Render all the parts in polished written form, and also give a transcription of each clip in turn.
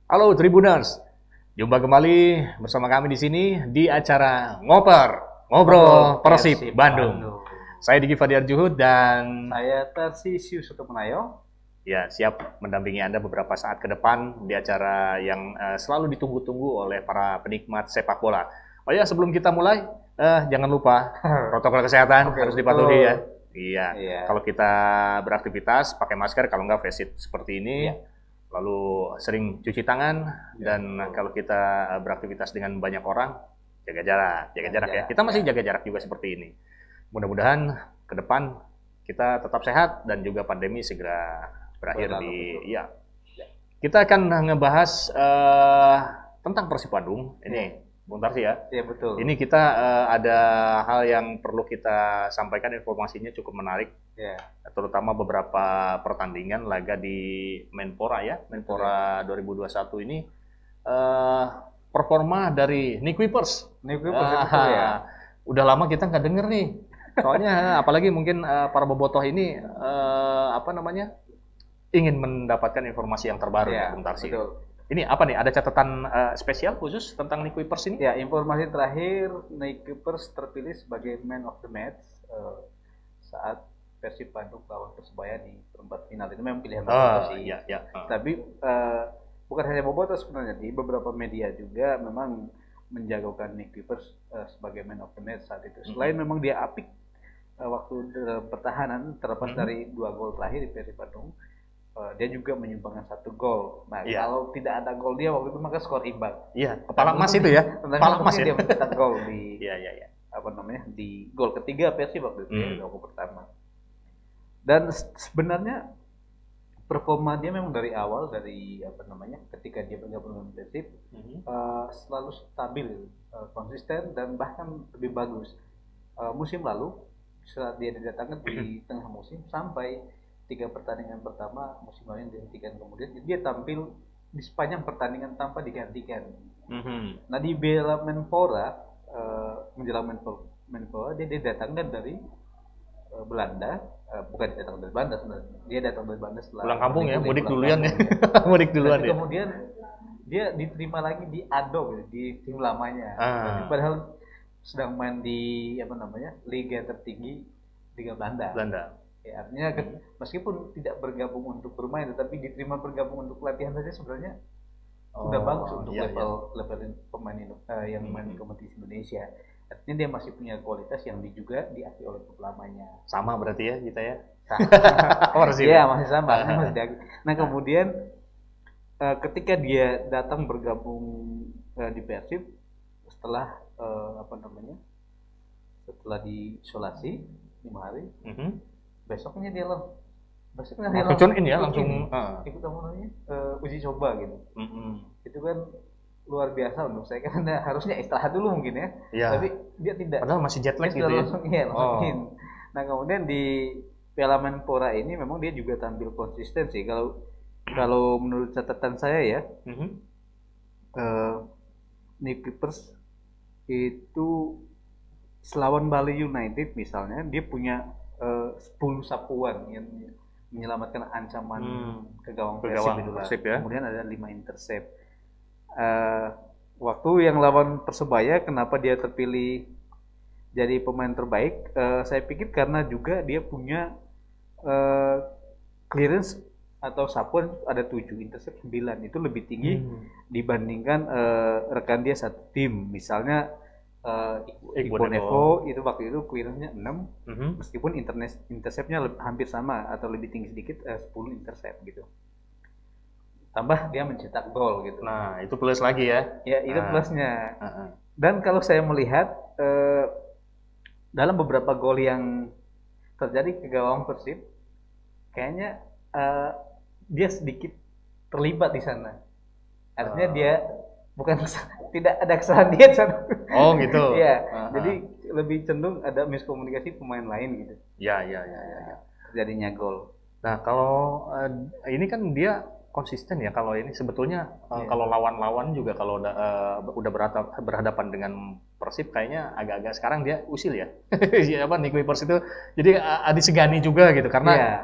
Halo Tribuners, jumpa kembali bersama kami di sini di acara Ngobrol Persib Bandung. Saya Diki Fadiar Juhud dan Saya Tarsius Sutomenayo. ya siap mendampingi Anda beberapa saat ke depan di acara yang selalu ditunggu-tunggu oleh para penikmat sepak bola. Oh ya, sebelum kita mulai, jangan lupa protokol kesehatan harus dipatuhi ya. Iya. Kalau kita beraktivitas pakai masker, kalau nggak face shield seperti ini. Lalu sering cuci tangan dan kalau kita beraktivitas dengan banyak orang jaga jarak ya. Kita masih jaga jarak juga seperti ini. Mudah-mudahan ke depan kita tetap sehat dan juga pandemi segera berakhir ya. Kita akan ngebahas tentang Persib Bandung ini. Bentar sih ya. Iya betul. Ini kita ada hal yang perlu kita sampaikan, informasinya cukup menarik. Ya. Terutama beberapa pertandingan laga di Menpora ya. Menpora 2021 ini performa dari Nick Wipers. Nick Wipers betul ya. Udah lama kita nggak denger nih. Soalnya apalagi mungkin para bobotoh ini ingin mendapatkan informasi yang terbaru ya, bentar sih. Betul. Ini apa nih? Ada catatan spesial khusus tentang Nick Wipers ini? Ya, informasi terakhir Nick Wipers terpilih sebagai man of the match saat Persib Bandung lawan Persebaya di perempat final. Itu memang pilihan bobotoh sih. Tapi bukan hanya bobotoh sebenarnya, di beberapa media juga memang menjagokan Nick Wipers sebagai man of the match saat itu. Selain memang dia apik waktu dalam pertahanan, terlepas dari 2 gol terakhir di Persib Bandung, dia juga menyumbangkan 1 gol. Nah, kalau tidak ada gol dia waktu itu maka skor imbang. Iya, kepala emas itu ya. Kepala emas ya. Dia mencetak gol di di gol ketiga Persib waktu itu di gol pertama. Dan sebenarnya performa dia memang dari awal ketika dia bergabung dengan Persib selalu stabil, konsisten dan bahkan lebih bagus. Musim lalu saat dia didatangkan di tengah musim sampai 3 pertandingan pertama musim lalu yang dihentikan, kemudian dia tampil di sepanjang pertandingan tanpa digantikan. Nah di Bela Menpora menjelang Menpora dia didatangkan dari Belanda, bukan didatangkan dari Belanda sebenarnya, dia datang dari Belanda setelah pulang kampung ya, mudik duluan ya. Mudik duluan ya. Kemudian dia diterima lagi di ADO gitu, di tim lamanya. Padahal sedang main di liga tertinggi, Liga Belanda. Ya, artinya meskipun tidak bergabung untuk bermain, tetapi diterima bergabung untuk latihan saja sebenarnya sudah bagus untuk level pemain yang main di kompetisi Indonesia. Artinya dia masih punya kualitas yang juga diakui oleh klub lamanya. Sama berarti ya kita ya. Iya masih sama. Nah kemudian ketika dia datang bergabung di Persib setelah setelah diisolasi 5 hari. Besoknya dia langsung ikut uji coba gitu. Itu kan luar biasa untuk saya, karena harusnya istirahat dulu mungkin ya. Tapi dia tidak. Padahal masih jet lag gitu ya. Langsung in. Nah kemudian di Piala Menpora ini memang dia juga tampil konsisten sih. Kalau menurut catatan saya ya, Nick Wipers itu selawan Bali United misalnya, dia punya 10 sapuan yang menyelamatkan ancaman ke gawang Persib ya. Kemudian ada 5 intercept. Waktu yang lawan Persebaya, kenapa dia terpilih jadi pemain terbaik? Saya pikir karena juga dia punya clearance atau sapuan ada 7, intercept 9. Itu lebih tinggi dibandingkan rekan dia satu tim. Misalnya Iqbal Nevo itu waktu itu clearance-nya 6, meskipun intercept-nya hampir sama atau lebih tinggi sedikit, 10 intercept gitu. Tambah dia mencetak gol gitu. Nah itu plus lagi ya. Ya itu plusnya. Dan kalau saya melihat dalam beberapa gol yang terjadi ke gawang Persib, kayaknya dia sedikit terlibat di sana. Artinya dia tidak ada kesalahan dia sana. Oh gitu. Iya. Jadi lebih cenderung ada miskomunikasi pemain lain gitu. Ya. Terjadinya gol. Nah kalau ini kan dia konsisten ya. Kalau ini sebetulnya kalau lawan-lawan juga kalau udah berhadapan dengan Persib kayaknya agak-agak sekarang dia usil ya. Nick Wipers itu jadi disegani juga gitu karena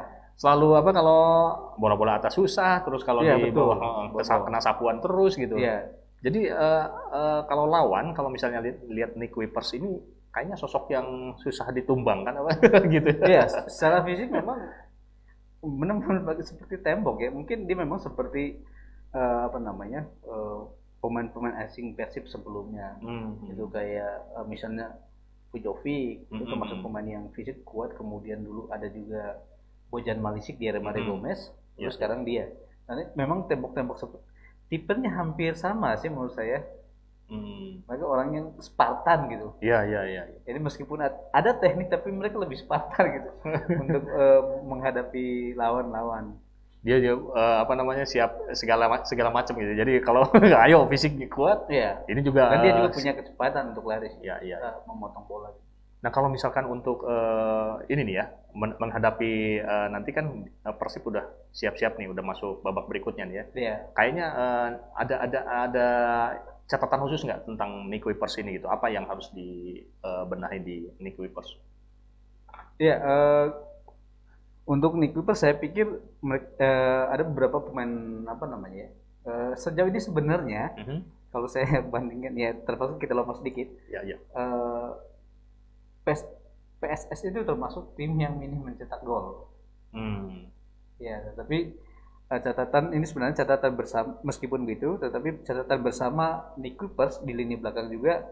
selalu apa kalau bola-bola atas susah, terus kalau Iya, di betul. bawah kena sapuan terus gitu. Iya. Jadi kalau lawan, kalau misalnya lihat Nick Kuipers ini kayaknya sosok yang susah ditumbangkan apa gitu. Iya, secara fisik memang benar-benar seperti tembok ya. Mungkin dia memang seperti apa namanya pemain-pemain asing Persib sebelumnya. Itu kayak misalnya Pujovic itu termasuk pemain yang fisik kuat. Kemudian dulu ada juga Bojan Malisik di Remare Gomez. Terus sekarang dia. Nah, memang tembok-tembok tipenya hampir sama sih menurut saya. Mereka orang yang Spartan gitu. Iya. Jadi meskipun ada teknik tapi mereka lebih Spartan gitu untuk menghadapi lawan-lawan. Dia apa namanya siap segala macam gitu. Jadi kalau ayo fisik kuat, Iya. ini juga Dan dia juga punya kecepatan untuk lari. Iya. Memotong bola. Nah kalau misalkan untuk ini nih ya menghadapi nanti kan Persib udah siap-siap nih, udah masuk babak berikutnya nih ya. Iya. Kayaknya ada catatan khusus nggak tentang Nick Kuipers ini gitu? Apa yang harus dibenahi di Nick Kuipers? Iya. Untuk Nick Kuipers saya pikir ada beberapa pemain apa namanya ya. Sejauh ini sebenarnya kalau saya bandingkan ya termasuk kita lompat sedikit. Iya. PSS itu termasuk tim yang minim mencetak gol. Ya, tapi catatan ini sebenarnya catatan bersama, meskipun gitu, tetapi catatan bersama Nick Kuipers di lini belakang juga,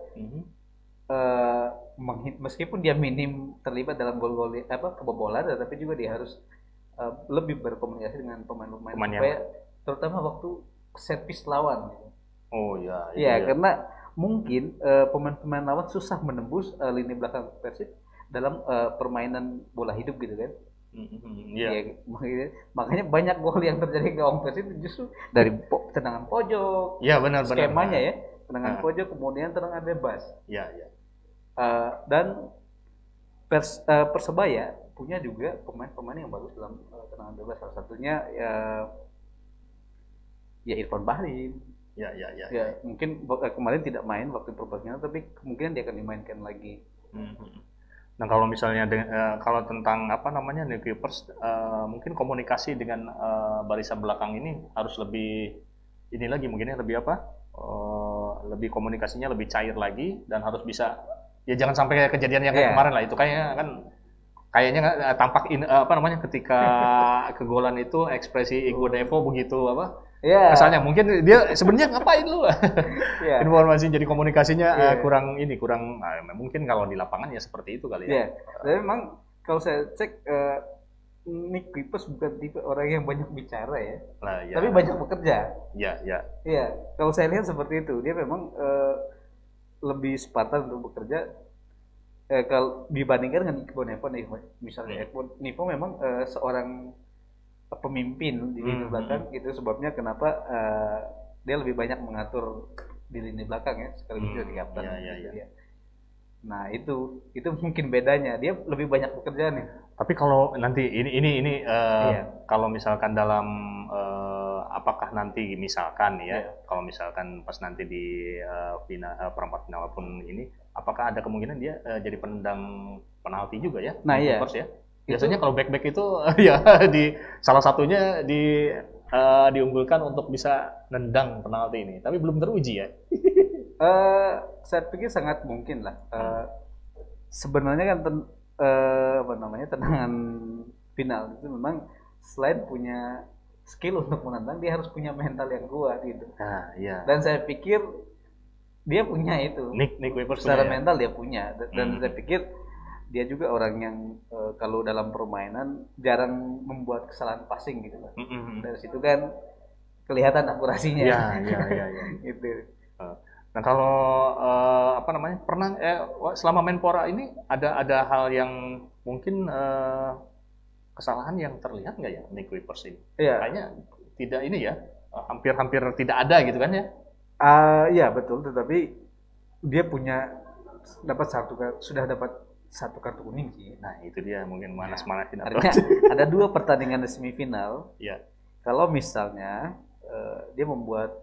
meskipun dia minim terlibat dalam gol-gol kebobolan, tetapi juga dia harus lebih berkomunikasi dengan pemain-pemain supaya terutama waktu servis lawan. Oh ya. Iya, karena mungkin pemain-pemain lawan susah menembus lini belakang Persib dalam permainan bola hidup gitu kan. Ya, makanya banyak gol yang terjadi gawang Persib justru dari tendangan pojok. Iya benar. Skemanya ya, tendangan pojok kemudian tendangan bebas. Iya. Dan Persebaya punya juga pemain-pemain yang bagus dalam tendangan bebas. Salah satunya ya Irfan Bahdim. Ya. Mungkin kemarin tidak main waktu profesional, tapi kemungkinan dia akan dimainkan lagi. Nah kalau misalnya kalau tentang apa namanya Nick Kuipers, mungkin komunikasi dengan barisan belakang ini harus lebih ini lagi mungkin ya lebih apa? Lebih komunikasinya lebih cair lagi dan harus bisa ya jangan sampai kayak kejadian yang kayak kemarin lah itu kayaknya tampak apa namanya ketika kegolan itu ekspresi Igo Devo begitu apa? Misalnya mungkin dia sebenarnya ngapain lu? Informasi jadi komunikasinya kurang mungkin kalau di lapangan ya seperti itu kali ya. Tapi memang kalau saya cek Nick Kuipers bukan tipe orang yang banyak bicara ya. Tapi banyak bekerja. Iya, kalau saya lihat seperti itu. Dia memang lebih Spartan untuk bekerja kalau dibandingkan dengan Iqbal Nevo misalnya. Iqbal Nevo memang seorang pemimpin di lini belakang, itu sebabnya kenapa dia lebih banyak mengatur di lini belakang ya, sekaligus jadi kapten. Nah itu mungkin bedanya, dia lebih banyak bekerja nih. Tapi kalau nanti ini kalau misalkan dalam apakah nanti misalkan kalau misalkan pas nanti di perempat final pun ini, apakah ada kemungkinan dia jadi penendang penalti juga ya? Nah iya. Biasanya kalau back itu ya di salah satunya diunggulkan untuk bisa nendang penalti ini, tapi belum teruji ya. Saya pikir sangat mungkin lah. Sebenarnya kan tendangan final itu memang selain punya skill untuk menendang, dia harus punya mental yang kuat gitu. Dan saya pikir dia punya itu. Nick Kuipers secara mental dia punya, dan saya pikir dia juga orang yang kalau dalam permainan jarang membuat kesalahan passing gitu lah. Dari situ kan kelihatan akurasinya. Iya. Gitu. Nah kalau apa namanya pernah selama Menpora ini ada hal yang mungkin kesalahan yang terlihat nggak ya Nick Kuipers ini? Kayaknya tidak ini ya, hampir tidak ada gitu kan ya? Iya betul, tetapi dia sudah dapat satu kartu kuning sih. Nah itu dia mungkin manas-manasin. Artinya ada 2 pertandingan di semifinal. Kalau misalnya dia membuat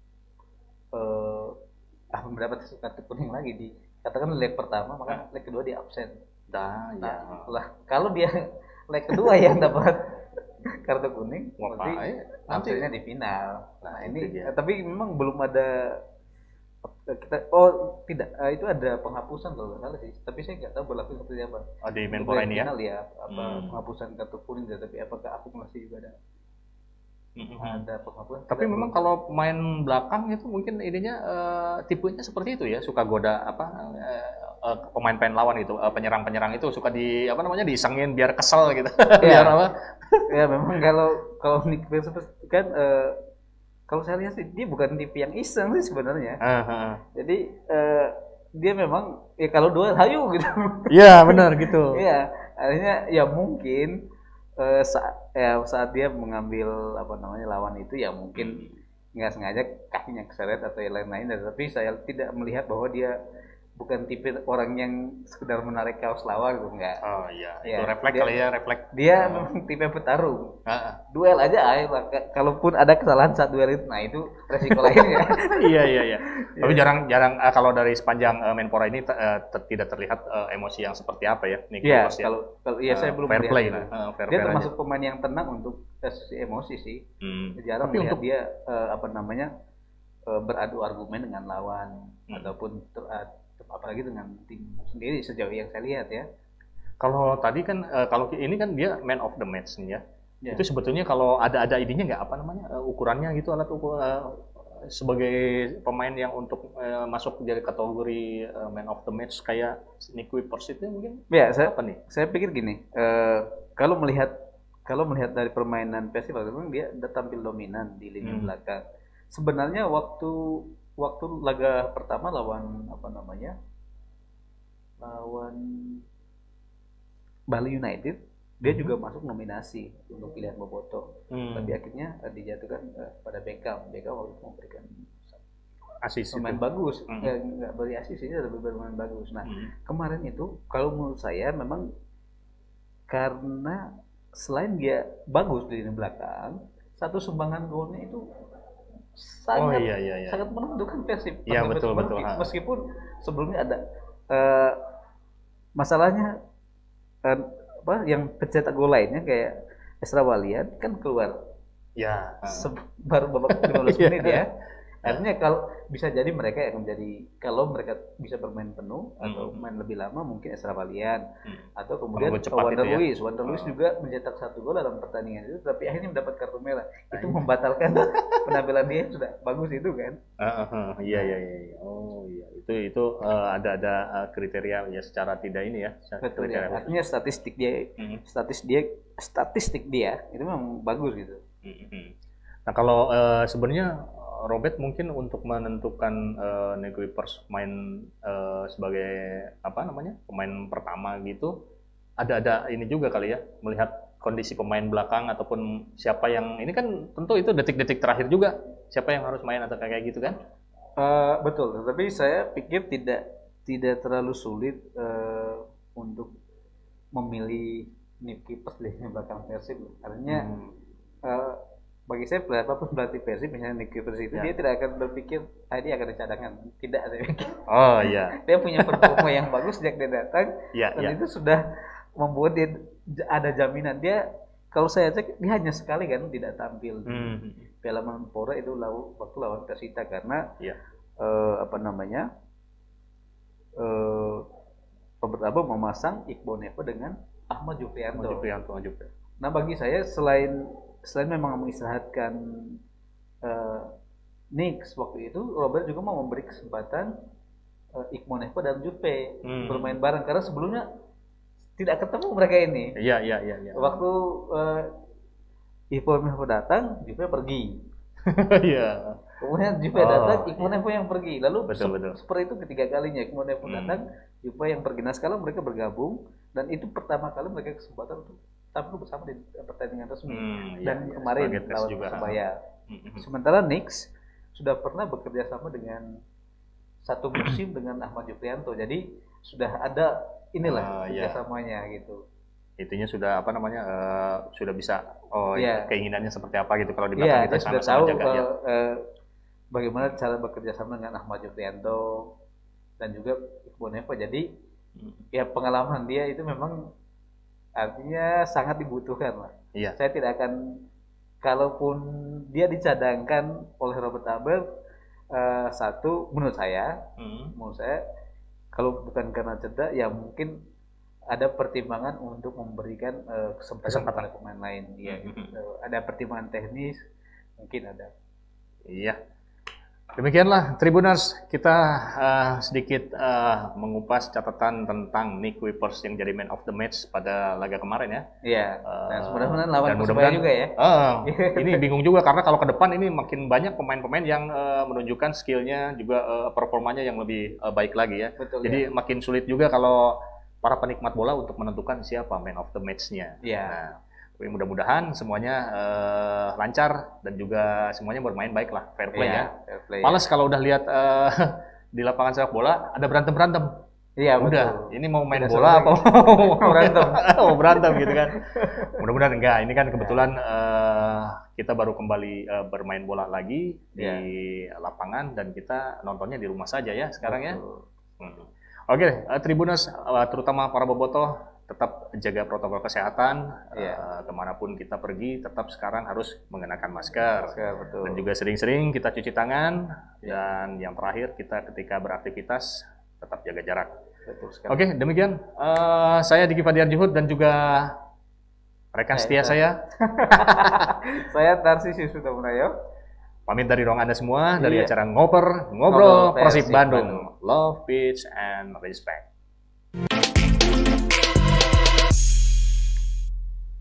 mendapat kartu kuning lagi di katakan leg pertama, maka leg kedua dia absen. Kalau dia leg kedua yang dapat kartu kuning, nanti tampilnya di final. Nah ini tapi memang belum ada kita tidak itu ada penghapusan kalau nggak salah sih, tapi saya nggak tahu berlaku seperti apa. Di Menpora ini final ya apa penghapusan kartu kuning, tapi apakah akumulasi juga ada penghapusan? Tapi memang kalau main belakang itu mungkin ininya tipenya seperti itu ya, suka goda pemain-pemain lawan itu, penyerang-penyerang itu suka diisengin biar kesel gitu. Biar apa? Ya memang kalau Nick Wilson kan kalau saya lihat sih dia bukan tipe yang iseng sih sebenarnya. Jadi dia memang ya kalau duel hayu gitu. Iya benar gitu. Iya, artinya ya mungkin saat dia mengambil lawan itu ya mungkin nggak sengaja kakinya keseret atau yang lain-lain, tapi saya tidak melihat bahwa dia bukan tipe orang yang sekedar menarik kaos lawan gitu, enggak. Oh iya, itu refleks kali ya, refleks. Dia memang tipe petarung. Duel aja ayo, kalaupun ada kesalahan saat duel itu, nah itu resiko lainnya. Iya. Tapi jarang kalau dari sepanjang Menpora ini tidak terlihat emosi yang seperti apa ya. Iya, kalau saya belum fair play lah. Dia termasuk pemain yang tenang untuk emosi sih. Jarang melihat dia beradu argumen dengan lawan ataupun apalagi dengan tim sendiri sejauh yang saya lihat ya. Kalau tadi kan kalau ini kan dia man of the match nih ya. Itu sebetulnya kalau ada ininya nggak ukurannya gitu, alat ukur sebagai pemain yang untuk masuk jadi kategori man of the match kayak Nick Kuipers itu mungkin? Ya, saya pikir gini, kalau melihat dari permainan Persib memang dia udah tampil dominan di lini belakang. Sebenarnya waktu laga pertama lawan Bali United, dia juga masuk nominasi untuk pilihan Boboto, tapi akhirnya dijatuhkan pada Beckham waktu itu memberikan asis, pemain bagus, nggak beri asis ini, lebih bermain bagus. Nah kemarin itu kalau menurut saya memang karena selain dia bagus di lini belakang, satu sumbangan golnya itu sangat menentukan Persib. Iya betul. Meskipun sebelumnya ada masalahnya yang pencetak gol lainnya kayak Esra Walian kan keluar. Ya. Baru babak 15 menit ya. Artinya kalau bisa jadi mereka akan kalau mereka bisa bermain penuh atau main lebih lama mungkin Esra Walian atau kemudian Wander Luiz juga mencetak 1 gol dalam pertandingan itu, tapi akhirnya mendapat kartu merah. Itu membatalkan penampilan dia yang sudah bagus itu kan. Iya. Oh iya, itu ada kriteria ya secara tidak ini ya. Betul ya. Artinya statistik dia itu memang bagus gitu. Nah kalau sebenarnya Robert mungkin untuk menentukan Nick Kuipers main sebagai pemain pertama gitu, ada ini juga kali ya, melihat kondisi pemain belakang ataupun siapa yang ini kan tentu itu detik-detik terakhir juga siapa yang harus main atau kayak gitu kan? Betul, tapi saya pikir tidak terlalu sulit untuk memilih Nick Kuipers di belakang Persib. Artinya bagi saya apapun pelatih Persib misalnya Nick Kuipers itu dia tidak akan berpikir dia akan cadangan, tidak, saya pikir. Oh iya. Dia punya performa yang bagus sejak dia datang dan itu sudah membuat dia ada jaminan. Dia kalau saya cek dia hanya sekali kan tidak tampil di Piala Menpora itu waktu lawan Persita karena Robert Abo memasang Iqbal Nevo dengan Ahmad Juprianto. Nah bagi saya selain memang mengistirahatkan Nix waktu itu, Robert juga mau memberi kesempatan Iqbal Nevo dan Juve bermain bareng karena sebelumnya tidak ketemu mereka ini. Iya. Waktu Iqbal Nevo datang, Juve pergi. Iya. Kemudian Juve datang, Iqbal Nevo yang pergi. Lalu betul. Seperti itu ketiga kalinya Iqbal Nevo datang, Juve yang pergi. Nah sekarang mereka bergabung dan itu pertama kali mereka kesempatan untuk tampil bersama di pertandingan resmi dan kemarin lawan Persebaya. Sementara Nix sudah pernah bekerja sama dengan satu musim dengan Ahmad Juprianto, jadi sudah ada kerjasamanya gitu. Itunya sudah sudah bisa keinginannya seperti apa gitu kalau di belakang kita sudah tahu bagaimana cara bekerja sama dengan Ahmad Juprianto dan juga Iqbal Nevo. Jadi ya pengalaman dia itu memang artinya sangat dibutuhkan lah. Iya. Saya tidak akan, kalaupun dia dicadangkan oleh Robert Abel, satu menurut saya kalau bukan karena cedera ya mungkin ada pertimbangan untuk memberikan kesempatan kepada pemain lain. Ya, ada pertimbangan teknis mungkin ada. Iya. Demikianlah Tribuners, kita sedikit mengupas catatan tentang Nick Kuipers yang jadi man of the match pada laga kemarin ya. Iya. Dan mudah-mudahan lawan Persebaya juga ya. Ini bingung juga karena kalau ke depan ini makin banyak pemain-pemain yang menunjukkan skillnya juga performanya yang lebih baik lagi ya. Betul, jadi makin sulit juga kalau para penikmat bola untuk menentukan siapa man of the match-nya. Iya. Nah, tapi mudah-mudahan semuanya lancar dan juga semuanya bermain baik lah, fair play ya. Fair play, males kalau udah lihat di lapangan sepak bola ada berantem-berantem. Iya, udah, ini mau main bola apa mau berantem? Mau berantem gitu kan. Mudah-mudahan enggak. Ini kan kebetulan kita baru kembali bermain bola lagi di lapangan dan kita nontonnya di rumah saja ya sekarang ya. Oke, Tribuners, terutama para bobotoh, tetap jaga protokol kesehatan. Kemanapun kita pergi, tetap sekarang harus mengenakan masker. Betul. Dan juga sering-sering kita cuci tangan. Dan yang terakhir, kita ketika beraktivitas tetap jaga jarak. Oke, demikian. Saya Diki Fadiar Juhud dan juga rekan setia saya. Saya Tarsius Sudamunayo. Pamit dari ruang Anda semua, dari acara Ngobrol Persib Bandung. Love, peace, and respect.